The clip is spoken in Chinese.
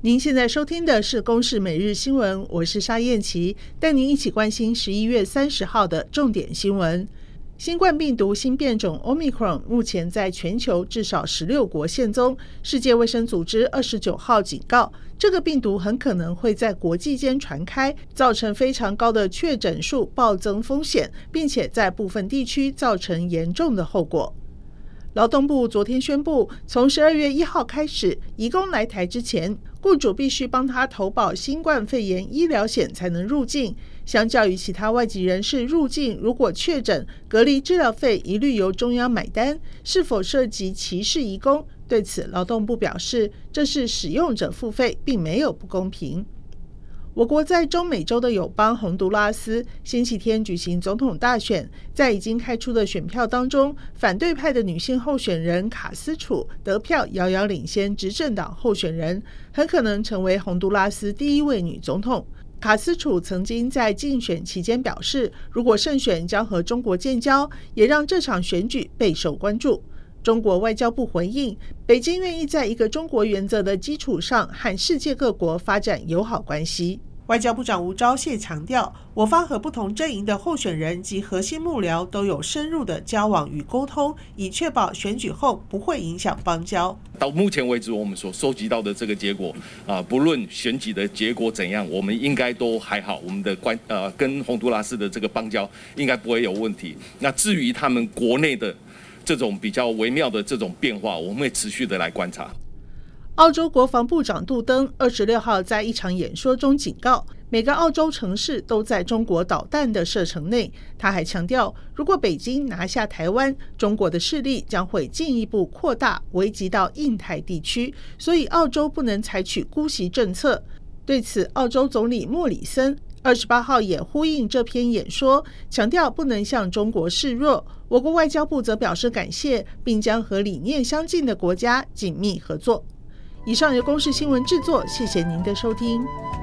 您现在收听的是公视每日新闻，我是沙燕琪，带您一起关心11月30号的重点新闻。新冠病毒新变种 Omicron 目前在全球至少16国现踪，世界卫生组织29号警告，这个病毒很可能会在国际间传开，造成非常高的确诊数暴增风险，并且在部分地区造成严重的后果。劳动部昨天宣布，从12月1号开始，移工来台之前，雇主必须帮他投保新冠肺炎医疗险才能入境。相较于其他外籍人士入境，如果确诊，隔离治疗费一律由中央买单，是否涉及歧视移工？对此，劳动部表示，这是使用者付费，并没有不公平。我国在中美洲的友邦洪都拉斯星期天举行总统大选，在已经开出的选票当中，反对派的女性候选人卡斯楚得票遥遥领先执政党候选人，很可能成为洪都拉斯第一位女总统。卡斯楚曾经在竞选期间表示，如果胜选将和中国建交，也让这场选举备受关注。中国外交部回应，北京愿意在一个中国原则的基础上和世界各国发展友好关系。外交部长吴钊燮强调，我方和不同阵营的候选人及核心幕僚都有深入的交往与沟通，以确保选举后不会影响邦交。 到目前为止，我们所收集到的这个结果不论选举的结果怎样，我们应该都还好，我们的跟洪都拉斯的这个邦交应该不会有问题。那至于他们国内的这种比较微妙的这种变化，我们会持续的来观察。 澳洲国防部长杜登26号在一场演说中警告，每个澳洲城市都在中国导弹的射程内。他还强调，如果北京拿下台湾，中国的势力将会进一步扩大，危及到印太地区，所以澳洲不能采取姑息政策。对此，澳洲总理莫里森28号也呼应这篇演说，强调不能向中国示弱。我国外交部则表示感谢，并将和理念相近的国家紧密合作。以上由公视新闻制作，谢谢您的收听。